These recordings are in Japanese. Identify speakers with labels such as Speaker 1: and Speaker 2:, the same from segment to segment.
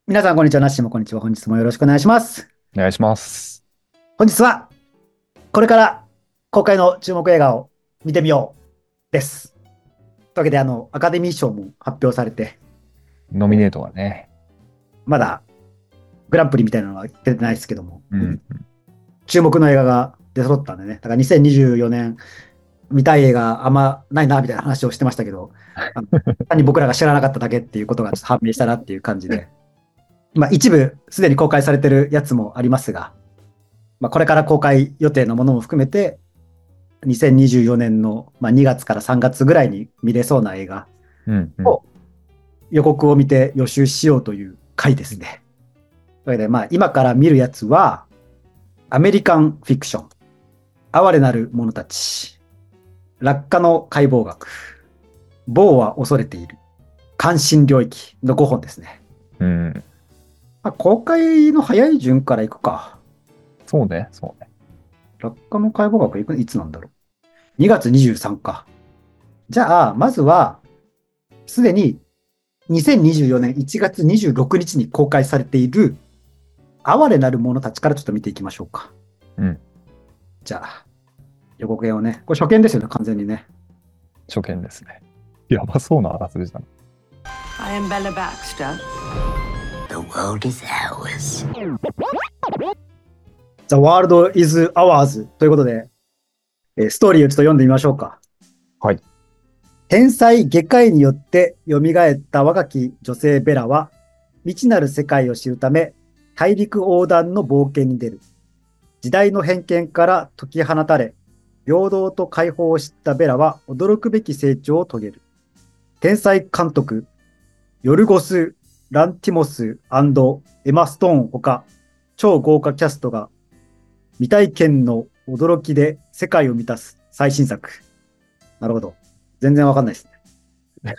Speaker 1: 皆さん、こんにちは。なっしーもこんにちは。本日もよろしくお願いします。
Speaker 2: お願いします。
Speaker 1: 本日は、これから公開の注目映画を見てみようです。というわけで、アカデミー賞も発表されて、
Speaker 2: ノミネートがね。
Speaker 1: まだグランプリみたいなのは出てないですけども、
Speaker 2: うん。
Speaker 1: 注目の映画が出揃ったんでね、だから2024年見たい映画あんまないな、みたいな話をしてましたけど、単に僕らが知らなかっただけっていうことがちょっと判明したなっていう感じで、一部すでに公開されてるやつもありますが、これから公開予定のものも含めて、2024年の、2月から3月ぐらいに見れそうな映画
Speaker 2: うんうん。
Speaker 1: を予告を見て予習しようという回ですね。それで今から見るやつは、アメリカンフィクション、哀れなる者たち、落下の解剖学、某は恐れている、関心領域の5本ですね。
Speaker 2: うん。
Speaker 1: 公開の早い順からいくか。
Speaker 2: そうね、そうね。
Speaker 1: 落下の解剖学いつなんだろう。2月23か。じゃあ、まずは、すでに2024年1月26日に公開されている哀れなる者たちからちょっと見ていきましょうか。
Speaker 2: うん。
Speaker 1: じゃあ、予告編をね。これ初見ですよね、完全にね。
Speaker 2: 初見ですね。やばそうなあらすじだな。
Speaker 3: I am Bella Baxter.
Speaker 4: The world is ours.
Speaker 1: The World is Ours ということで、ストーリーをちょっと読んでみましょうか。
Speaker 2: はい。
Speaker 1: 天才外科医によって蘇った若き女性ベラは、未知なる世界を知るため、大陸横断の冒険に出る。時代の偏見から解き放たれ、平等と解放を知ったベラは驚くべき成長を遂げる。天才監督、ヨルゴス・ランティモスエマ・ストーンほか、超豪華キャストが未体験の驚きで世界を満たす最新作。なるほど。全然わかんないですね。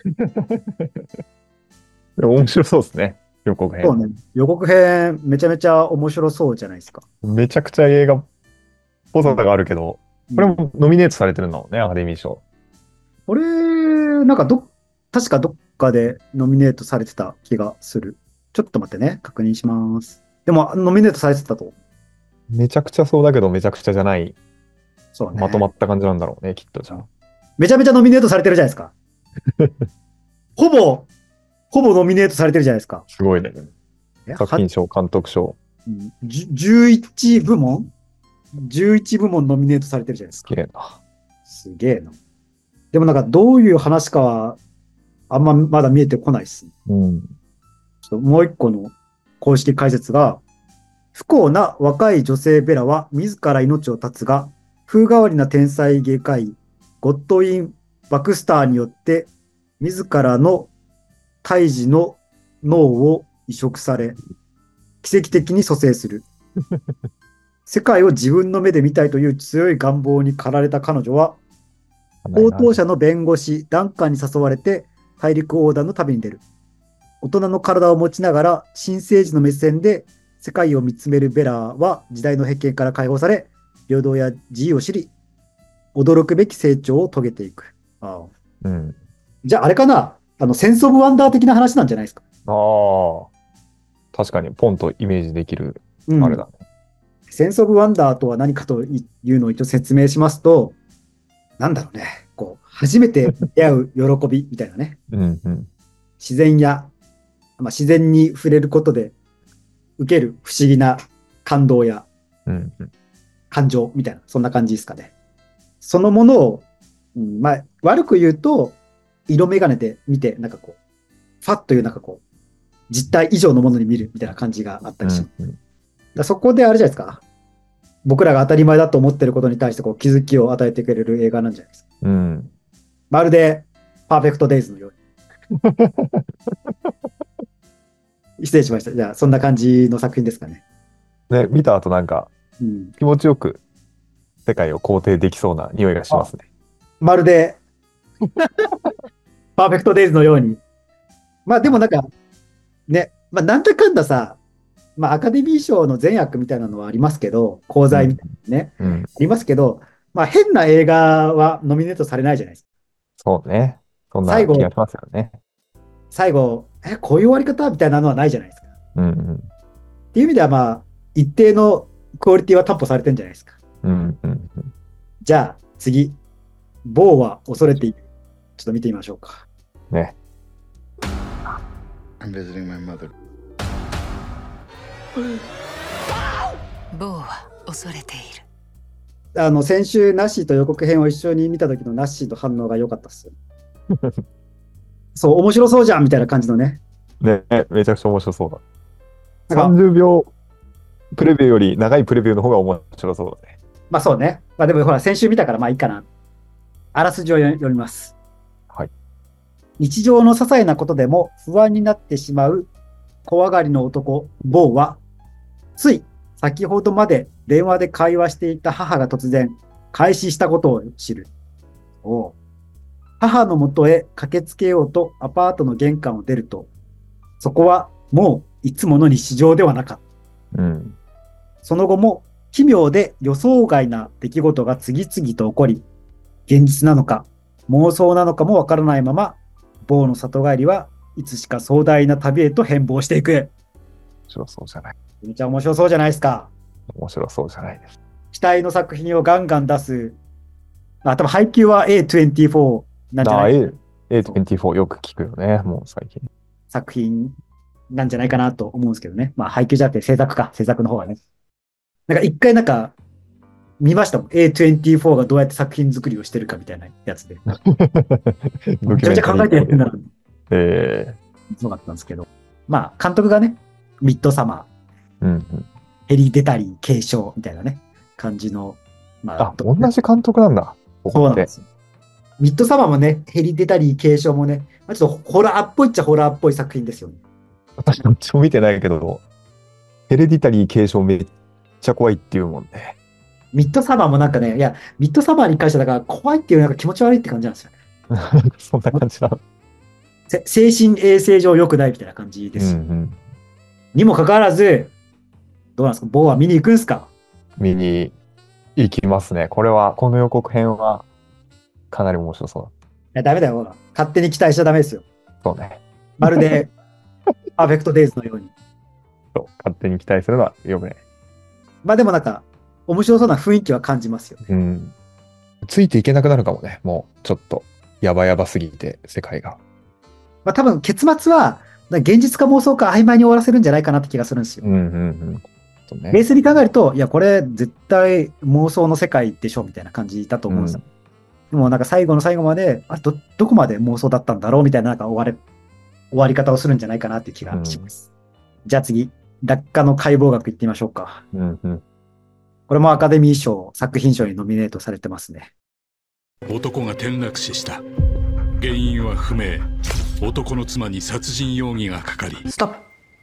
Speaker 2: でも面白そうですね。予告編。
Speaker 1: そうね。予告編めちゃめちゃ面白そうじゃないですか。
Speaker 2: めちゃくちゃ映画っぽさ
Speaker 1: うん。
Speaker 2: があるけど、これもノミネートされてるんだもんね、アカデミー賞。
Speaker 1: これ、なんか確かどっかでノミネートされてた気がする。ちょっと待ってね。確認します。でも、ノミネートされてたと。
Speaker 2: めちゃくちゃそうだけど、めちゃくちゃじゃない、
Speaker 1: そうね。
Speaker 2: まとまった感じなんだろうね、きっとじゃあ。
Speaker 1: めちゃめちゃノミネートされてるじゃないですか。ほぼ、ほぼノミネートされてるじゃないですか。
Speaker 2: すごいね。
Speaker 1: え、
Speaker 2: 作品賞、監督賞。
Speaker 1: 11部門 ?11 部門ノミネートされてるじゃないです
Speaker 2: すげ
Speaker 1: か。
Speaker 2: えな。
Speaker 1: すげえな。でもなんかどういう話かは、あんままだ見えてこないっすね。
Speaker 2: うん。
Speaker 1: ちょっともう一個の公式解説が、不幸な若い女性ベラは自ら命を絶つが、風変わりな天才外科医、ゴッドウィン・バクスターによって自らの胎児の脳を移植され、奇跡的に蘇生する。世界を自分の目で見たいという強い願望に駆られた彼女は、応答者の弁護士、ダンカンに誘われて大陸横断の旅に出る。大人の体を持ちながら、新生児の目線で世界を見つめるベラは時代の偏見から解放され、平等や自由を知り、驚くべき成長を遂げていく。
Speaker 2: うん。
Speaker 1: じゃああれかな、センス・オブ・ワンダー的な話なんじゃないですか。
Speaker 2: ああ、確かにポンとイメージできる、
Speaker 1: うん。
Speaker 2: あれだね。
Speaker 1: センス・オブ・ワンダーとは何かというのを一応説明しますと、なんだろうね、こう、初めて出会う喜びみたいなね、
Speaker 2: うんうん。
Speaker 1: 自然や、自然に触れることで受ける不思議な感動や
Speaker 2: うんうん。
Speaker 1: 感情みたいな、そんな感じですかね。そのものを、悪く言うと、色眼鏡で見て、なんかこう、ファッというなんかこう、実体以上のものに見るみたいな感じがあったりします。
Speaker 2: うんうん。
Speaker 1: そこであれじゃないですか。僕らが当たり前だと思ってることに対してこう気づきを与えてくれる映画なんじゃないですか。
Speaker 2: うん。
Speaker 1: まるで、パーフェクトデイズのように。失礼しました。じゃあ、そんな感じの作品ですかね。
Speaker 2: ね、見た後なんか
Speaker 1: うん。
Speaker 2: 気持ちよく世界を肯定できそうな匂いがしますね。
Speaker 1: まるで、パーフェクトデイズのように。でもなんか、ね、なんだかんださ、アカデミー賞の善悪みたいなのはありますけど、功罪みたいなね、
Speaker 2: うん。
Speaker 1: ありますけど、変な映画はノミネートされないじゃないですか。
Speaker 2: そうね。そん
Speaker 1: 最後、
Speaker 2: な気がしますよね。
Speaker 1: 最後、こういう終わり方みたいなのはないじゃないですか。
Speaker 2: うんうん。
Speaker 1: っていう意味ではまあ、一定のクオリティは担保されてるんじゃないですか。
Speaker 2: うんうんうん。
Speaker 1: じゃあ次、某は恐れている。ちょっと見てみましょうか。
Speaker 2: ね。
Speaker 5: I'm visiting my mother.
Speaker 4: 某は恐れている。
Speaker 1: 先週ナッシーと予告編を一緒に見た時のナッシーと反応が良かったっすよ。そう、面白そうじゃんみたいな感じのね。
Speaker 2: ね、めちゃくちゃ面白そうだ。
Speaker 1: なんか
Speaker 2: 30秒プレビューより長いプレビューの方が面白そうだね。
Speaker 1: まあそうね。まあでもほら、先週見たからまあいいかな。あらすじを読みます。
Speaker 2: はい。
Speaker 1: 日常の些細なことでも不安になってしまう怖がりの男、某は、つい先ほどまで電話で会話していた母が突然開始したことを知る。母のもとへ駆けつけようとアパートの玄関を出ると、そこはもういつもの日常ではなかった。
Speaker 2: うん。
Speaker 1: その後も奇妙で予想外な出来事が次々と起こり、現実なのか妄想なのかもわからないまま、某の里帰りはいつしか壮大な旅へと変貌していく。
Speaker 2: 面白そうじゃない。
Speaker 1: めちゃ面白そうじゃないですか。
Speaker 2: 面白そうじゃないです。
Speaker 1: 期待の作品をガンガン出す。多分配給は A24 なんじゃない
Speaker 2: A24 よく聞くよね、もう最近。
Speaker 1: 作品なんじゃないかなと思うんですけどね。まあ配給じゃなくて制作の方がね。なんか一回見ましたもん。A24 がどうやって作品作りをしてるかみたいなやつで。めちゃめちゃ考えてやってんだな。そうだったんですけど。まあ監督がね、ミッドサマ
Speaker 2: ー、うんうん、
Speaker 1: ヘリデタリー継承みたいなね、感じの。ま
Speaker 2: あ、同じ監督なんだ。
Speaker 1: そうなんですよ。ミッドサマーもね、ヘリデタリー継承もね、ちょっとホラーっぽいっちゃホラーっぽい作品ですよね。
Speaker 2: 私どっちも見てないけど、ヘレディタリー継承めっちゃ怖いっていうもんね。
Speaker 1: ミッドサマーもなんかね、いや、ミッドサマーに関してはだから怖いっていうなんか気持ち悪いって感じなんですよね。
Speaker 2: そんな感じなの。
Speaker 1: 精神衛生上良くないみたいな感じです。
Speaker 2: うんうん、
Speaker 1: にもかかわらず、どうなんですか、ボーは見に行くんすか？
Speaker 2: 見に行きますね。この予告編はかなり面白そうだ。い
Speaker 1: や、ダメだよ。勝手に期待しちゃダメですよ。
Speaker 2: そうね。
Speaker 1: まるで、パーフェクトデイズのように。
Speaker 2: そう、勝手に期待するのはよくない。
Speaker 1: まあでもなんか、面白そうな雰囲気は感じますよね。
Speaker 2: うん。ついていけなくなるかもね。もう、ちょっと、やばすぎて、世界が。
Speaker 1: まあ多分、結末は、現実か妄想か曖昧に終わらせるんじゃないかなって気がするんですよ。
Speaker 2: うんうんうんね、
Speaker 1: 冷静に考えると、いや、これ絶対妄想の世界でしょみたいな感じだと思うんですよ。でもなんか最後の最後まで、どこまで妄想だったんだろうみたいな終わり方をするんじゃないかなっていう気がします。じゃあ次、落下の解剖学いってみましょうか。
Speaker 2: うんうん、
Speaker 1: これもアカデミー賞、作品賞にノミネートされてますね。
Speaker 6: 男が転落死した。原因は不明。男の妻に殺人容疑がかかり。
Speaker 3: Stop.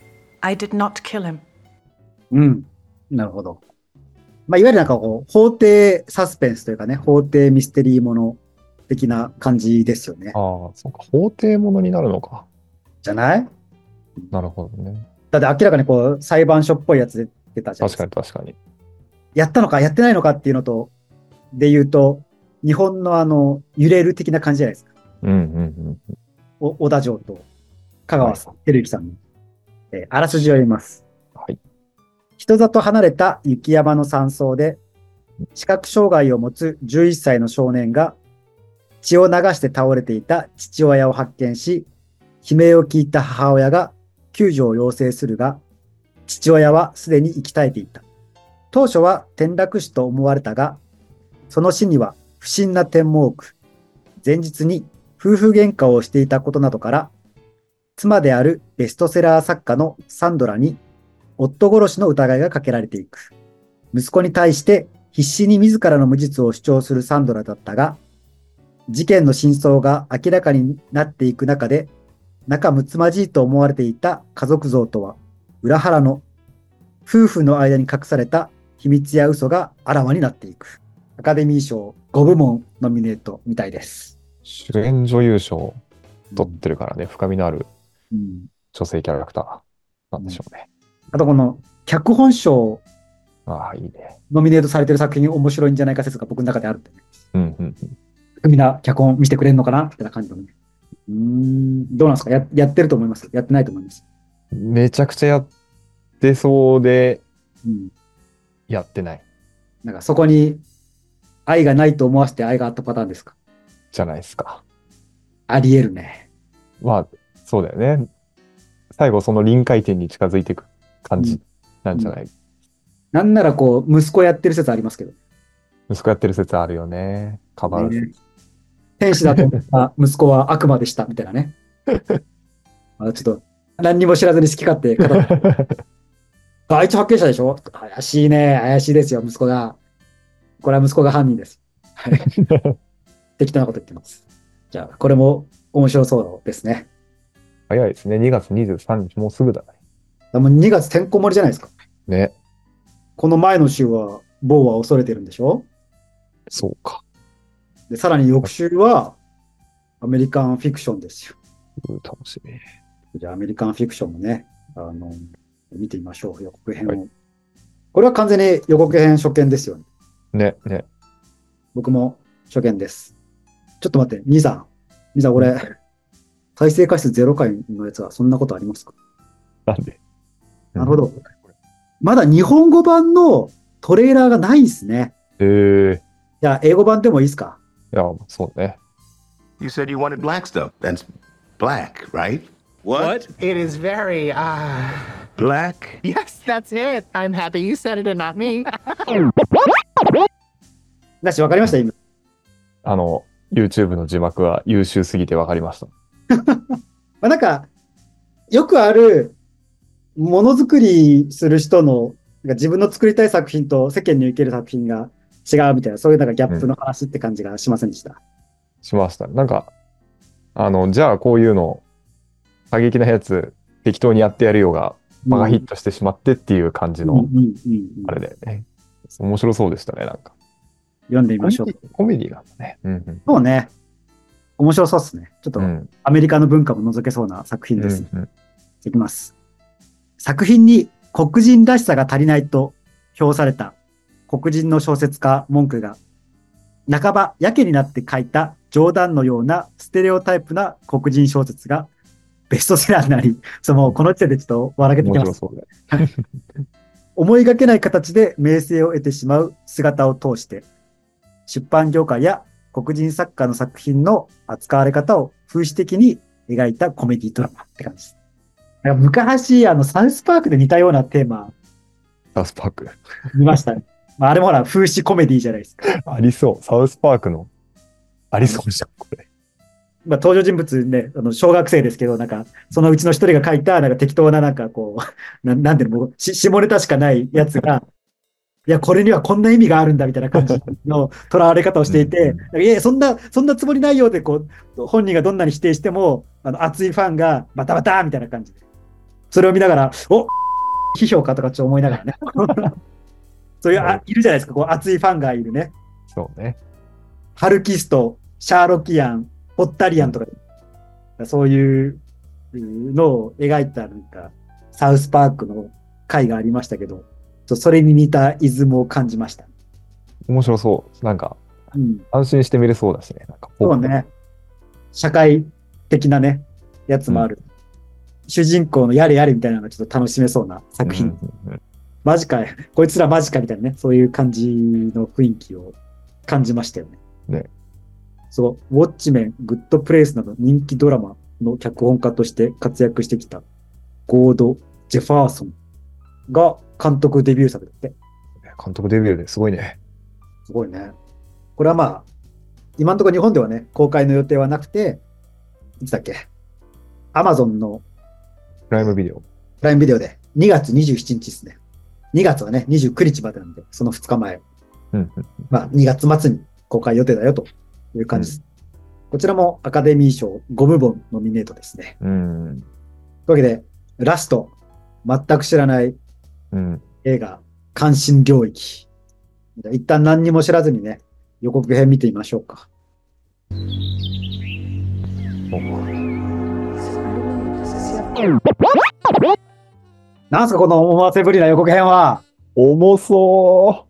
Speaker 3: I did not kill him.
Speaker 1: うん。なるほど。まあ、いわゆるなんかこう、法廷サスペンスというかね、法廷ミステリーもの的な感じですよね。
Speaker 2: ああ、そうか。法廷ものになるのか。
Speaker 1: じゃない？
Speaker 2: なるほどね。
Speaker 1: だって明らかにこう、裁判所っぽいやつ出たじゃないですか。
Speaker 2: 確かに。
Speaker 1: やったのかやってないのかっていうのと、で言うと、日本の揺れる的な感じじゃないですか。
Speaker 2: うんうんうん。
Speaker 1: 小田城と香川照之さんの、あらすじを読みます。
Speaker 2: はい。
Speaker 1: 人里離れた雪山の山荘で、視覚障害を持つ11歳の少年が、血を流して倒れていた父親を発見し、悲鳴を聞いた母親が救助を要請するが、父親はすでに息絶えていた。当初は転落死と思われたが、その死には不審な点も多く、前日に夫婦喧嘩をしていたことなどから、妻であるベストセラー作家のサンドラに夫殺しの疑いがかけられていく。息子に対して必死に自らの無実を主張するサンドラだったが、事件の真相が明らかになっていく中で、仲睦まじいと思われていた家族像とは裏腹の夫婦の間に隠された秘密や嘘があらわになっていく。アカデミー賞5部門ノミネートみたいです。
Speaker 2: 主演女優賞取ってるからね、深みのある
Speaker 1: うん
Speaker 2: 女性キャラクターなんでしょうね。
Speaker 1: あとこの脚本賞
Speaker 2: ああ、いいね。
Speaker 1: ノミネートされてる作品面白いんじゃないか説が僕の中であるんでね。
Speaker 2: うんうんうん。
Speaker 1: みんな脚本見せてくれるのかなみたいな感じのね。どうなんですか？やってると思います？やってないと思います？
Speaker 2: めちゃくちゃやっってそうで
Speaker 1: うん。
Speaker 2: やってない
Speaker 1: なんかそこに愛がないと思わせて愛があったパターンですか？
Speaker 2: じゃないですか。
Speaker 1: あり得るね。
Speaker 2: まあ、そうだよね。最後その臨界点に近づいていく感じなんじゃない、
Speaker 1: なんならこう、息子やってる説ありますけど。
Speaker 2: 息子やってる説あるよね。カバー
Speaker 1: ね、天使だと思った息子は悪魔でしたみたいなね。ちょっと何にも知らずに好き勝手語ってあいつ発見者でしょ？怪しいね。怪しいですよ、息子が。これは息子が犯人です。はい。適当なこと言ってます。じゃあ、これも面白そうですね。
Speaker 2: 早いですね。2月23日、もうすぐだね。
Speaker 1: もう2月てんこ盛りじゃないですか。
Speaker 2: ね。
Speaker 1: この前の週は、某は恐れてるんでしょ？
Speaker 2: そうか。
Speaker 1: で、さらに翌週は、アメリカンフィクションですよ。
Speaker 2: 楽しみ。
Speaker 1: じゃあ、アメリカンフィクションもね、見てみましょう、予告編を。はい、これは完全に予告編初見ですよね。
Speaker 2: ね。
Speaker 1: 僕も初見です。ちょっと待って、兄さん、これ、再生回数0回のやつはそんなことありますか？
Speaker 2: なんで？
Speaker 1: なるほど。まだ日本語版のトレーラーがないんですね。じゃあ、英語版でもいいですか？
Speaker 2: いや、そうね。
Speaker 5: You said you wanted black stuff. That's black, right?
Speaker 7: What? It is very,
Speaker 5: Black?
Speaker 7: Yes, that's it. I'm happy you said it and not me.
Speaker 1: なし、わかりました今。
Speaker 2: YouTube の字幕は優秀すぎてわかりました。
Speaker 1: なんか、よくある、ものづくりする人の、なんか自分の作りたい作品と世間に受ける作品が違うみたいな、そういうなんかギャップの話って感じがしませんでした。
Speaker 2: しました。なんか、じゃあこういうの、過激なやつ適当にやってやるようが、場がヒットしてしまってっていう感じの、あれだよね。面白そうでしたね、なんか。
Speaker 1: 読んでみましょう。
Speaker 2: コメディなんだね。
Speaker 1: そうね。面白そうですね。ちょっとアメリカの文化も覗けそうな作品です。いきます。作品に黒人らしさが足りないと評された黒人の小説家文句が、半ばやけになって書いた冗談のようなステレオタイプな黒人小説がベストセラーになり、この時点でちょっと笑けてきます。思いがけない形で名声を得てしまう姿を通して、出版業界や黒人作家の作品の扱われ方を風刺的に描いたコメディドラマって感じです。昔、サウスパークで似たようなテーマ。
Speaker 2: サウスパーク
Speaker 1: 見ましたね。あれもほら、風刺コメディじゃないですか。
Speaker 2: ありそう。サウスパークの。ありそうじゃん、これ。
Speaker 1: 登場人物ね、小学生ですけど、なんか、そのうちの一人が書いた、なんか適当な、なんかこう、なんていうの、下ネタしかないやつが、いや、これにはこんな意味があるんだみたいな感じの囚われ方をしていて、いや、そんなつもりないよって、こう、本人がどんなに否定しても、熱いファンがバタバタみたいな感じで。それを見ながら、批評かとかちょっと思いながらね。そういう、いるじゃないですか、こう、熱いファンがいるね。
Speaker 2: そうね。
Speaker 1: ハルキスト、シャーロキアン、ポッタリアンとか、そういうのを描いた、なんか、サウスパークの回がありましたけど、それに似たイズムを感じました。
Speaker 2: 面白そう。なんか、安心して見れそうだしね。なんか
Speaker 1: そうね。社会的なね、やつもある。主人公のやれやれみたいなのがちょっと楽しめそうな作品。マジか、こいつらマジかみたいなね、そういう感じの雰囲気を感じましたよね。そう、ウォッチメン、グッドプレイスなど人気ドラマの脚本家として活躍してきたゴード・ジェファーソンが監督デビュー作だって。
Speaker 2: 監督デビューですごいね。
Speaker 1: すごいね。これはまあ、今のところ日本ではね、公開の予定はなくて、いつだっけ？アマゾンの
Speaker 2: プライムビデオ。
Speaker 1: プライムビデオで2月27日ですね。2月はね、29日までなんで、その2日前。まあ、2月末に公開予定だよという感じです。こちらもアカデミー賞5部門ノミネートですね。というわけで、ラスト、全く知らない映画、関心領域。一旦何にも知らずにね、予告編見てみましょうか。なんすかこの思わせぶりな予告編は。
Speaker 2: 重そう。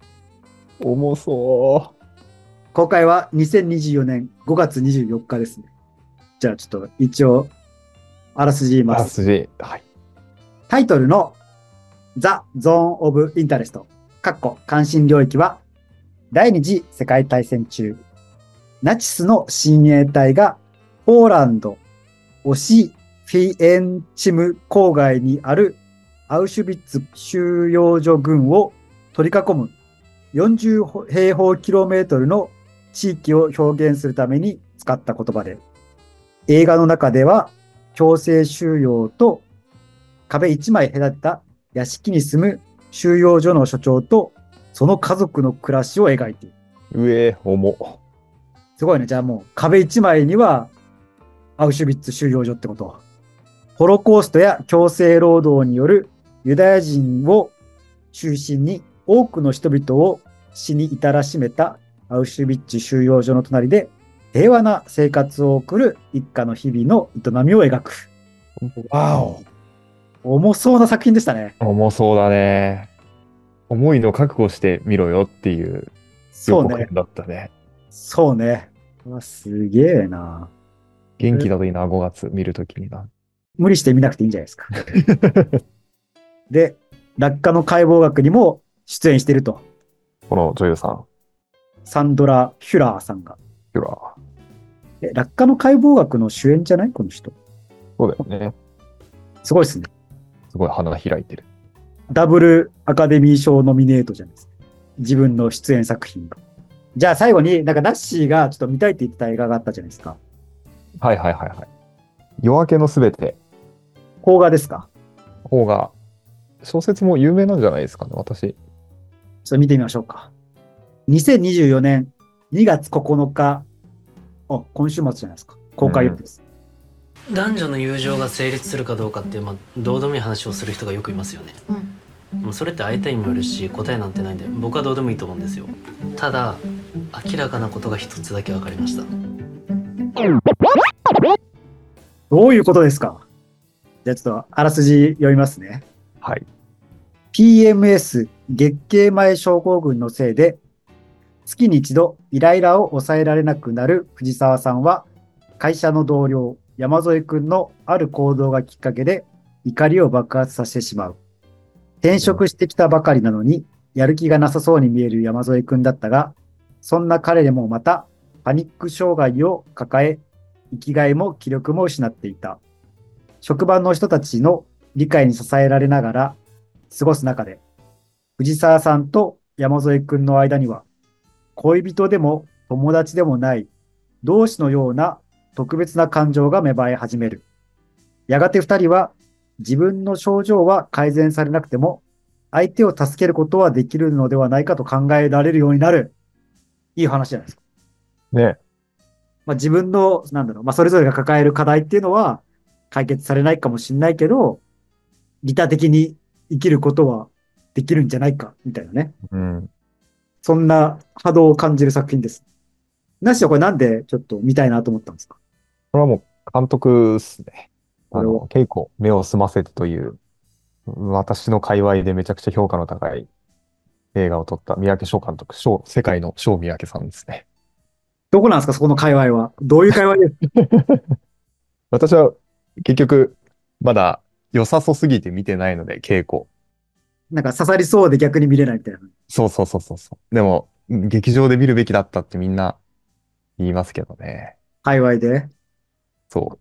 Speaker 1: 公開は2024年5月24日ですね。じゃあちょっと一応、あらすじ言います。
Speaker 2: はい。
Speaker 1: タイトルのザ・ゾーン・オブ・インタレスト、関心領域は、第二次世界大戦中、ナチスの親衛隊がポーランド、オシフィエンチム郊外にあるアウシュビッツ収容所群を取り囲む40平方キロメートルの地域を表現するために使った言葉で、映画の中では強制収容と壁一枚隔てた屋敷に住む収容所の所長とその家族の暮らしを描いている。
Speaker 2: 重。
Speaker 1: すごいね。じゃあもう壁一枚にはアウシュビッツ収容所ってこと。ホロコーストや強制労働によるユダヤ人を中心に多くの人々を死に至らしめたアウシュビッツ収容所の隣で平和な生活を送る一家の日々の営みを描く。わお。重そうな作品でしたね。
Speaker 2: 重そうだね。重いの覚悟してみろよっていう予告編だったね。
Speaker 1: そうね。すげえな。
Speaker 2: 元気だといいな、5月見るときにな。
Speaker 1: 無理して見なくていいんじゃないですか。で、落下の解剖学にも出演していると。
Speaker 2: この女優さん。
Speaker 1: サンドラ・ヒュラーさんが。
Speaker 2: ヒュラー。
Speaker 1: 落下の解剖学の主演じゃないこの人。
Speaker 2: そうだよね。
Speaker 1: すごいですね。
Speaker 2: すごい花開いてる。
Speaker 1: ダブルアカデミー賞ノミネートじゃないですか。自分の出演作品が。じゃあ最後にナッシーがちょっと見たいって言ってた映画があったじゃないですか。
Speaker 2: はい。夜明けのすべて。
Speaker 1: 邦画ですか？
Speaker 2: 邦画。小説も有名なんじゃないですかね、私。
Speaker 1: ちょっと見てみましょうか。2024年2月9日。今週末じゃないですか。公開予定です。
Speaker 8: 男女の友情が成立するかどうかって、どうでもいい話をする人がよくいますよね。もうそれって相手にもよるし、答えなんてないんで、僕はどうでもいいと思うんですよ。ただ、明らかなことが一つだけ分かりました。
Speaker 1: どういうことですか？じゃあちょっとあらすじ読みますね。
Speaker 2: はい。
Speaker 1: PMS 月経前症候群のせいで、月に一度イライラを抑えられなくなる藤沢さんは、会社の同僚、山添くんのある行動がきっかけで怒りを爆発させてしまう。転職してきたばかりなのに、やる気がなさそうに見える山添くんだったが、そんな彼でもまたパニック障害を抱え、生きがいも気力も失っていた。職場の人たちの理解に支えられながら過ごす中で、藤沢さんと山添くんの間には、恋人でも友達でもない同志のような特別な感情が芽生え始める。やがて二人は自分の症状は改善されなくても、相手を助けることはできるのではないかと考えられるようになる。いい話じゃないですか。
Speaker 2: ね。
Speaker 1: 自分の、それぞれが抱える課題っていうのは解決されないかもしれないけど、利他的に生きることはできるんじゃないか、みたいなね。そんな波動を感じる作品です。なしはこれなんでちょっと見たいなと思ったんですか？
Speaker 2: これはもう監督っすね。稽古、目を澄ませてという、私の界隈でめちゃくちゃ評価の高い映画を撮った三宅翔監督、世界の翔三宅さんですね。
Speaker 1: どこなんですか、そこの界隈は。どういう界隈ですか？
Speaker 2: 私は結局、まだ良さそうすぎて見てないので、稽古。
Speaker 1: 刺さりそうで逆に見れないみたいな。
Speaker 2: そう。でも、劇場で見るべきだったってみんな言いますけどね。
Speaker 1: 界隈で。
Speaker 2: そう。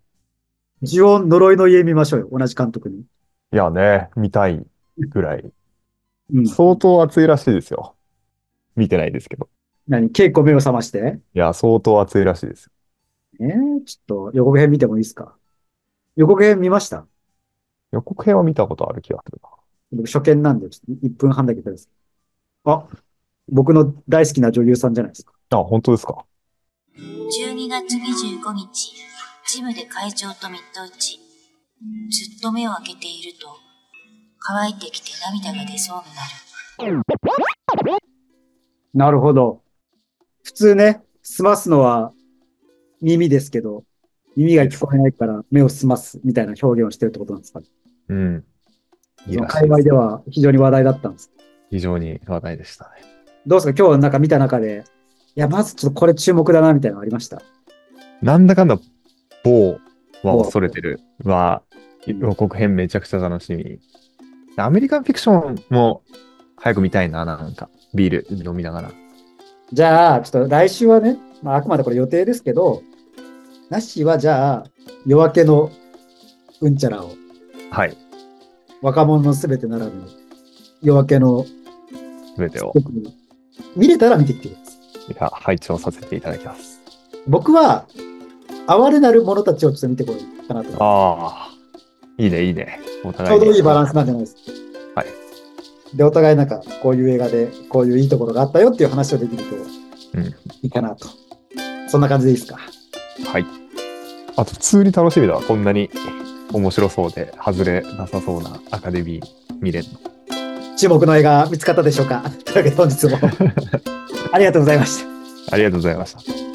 Speaker 1: 呪音呪いの家見ましょうよ、同じ監督に。
Speaker 2: いやね、見たいぐらい。
Speaker 1: うん、
Speaker 2: 相当熱いらしいですよ。見てないですけど。
Speaker 1: 稽古目を覚まして？
Speaker 2: いや、相当熱いらしいですよ。
Speaker 1: ちょっと予告編見てもいいですか？予告編見ました？
Speaker 2: 予告編は見たことある気がするな。
Speaker 1: 僕初見なんで、1分半だけです。僕の大好きな女優さんじゃないですか。
Speaker 2: 本当ですか。
Speaker 9: 12月25日、ジムで会長とミット打ち。ずっと目を開けていると、乾いてきて涙が出そうになる。
Speaker 1: なるほど。普通ね、澄ますのは耳ですけど、耳が聞こえないから目を澄ますみたいな表現をしてるってことなんですかね。
Speaker 2: うん。
Speaker 1: その界隈では非常に話題だったんです。
Speaker 2: 非常に話題でしたね。
Speaker 1: どうですか、今日見た中で、まずちょっとこれ注目だなみたいなのありました？
Speaker 2: なんだかんだ、某は恐れてるは、予告編めちゃくちゃ楽しみアメリカンフィクションも早く見たいな、なんか。ビール飲みながら。
Speaker 1: じゃあ、ちょっと来週はね、まあ、あくまでこれ予定ですけど、ナッシーはじゃあ、夜明けのうんちゃらを、
Speaker 2: はい。
Speaker 1: 若者のすべてならぬ、夜明けの
Speaker 2: すべてを。
Speaker 1: 見れたら見てきてください。
Speaker 2: いや、拝聴させていただきます。
Speaker 1: 僕は、哀れなる者たちをちょっと見てこようかなと。
Speaker 2: ああ、いいね、いいね。お互い
Speaker 1: ちょうどいいバランスなんじゃないですか。
Speaker 2: はい。
Speaker 1: で、お互いなんか、こういう映画で、こういういいところがあったよっていう話をできると、いいかなと。そんな感じでいいですか。
Speaker 2: はい。あと、普通に楽しみだわ。こんなに面白そうで、外れなさそうなアカデミー見れるの。
Speaker 1: 注目の映画見つかったでしょうか。というわけで本日もありがとうございました。
Speaker 2: ありがとうございました。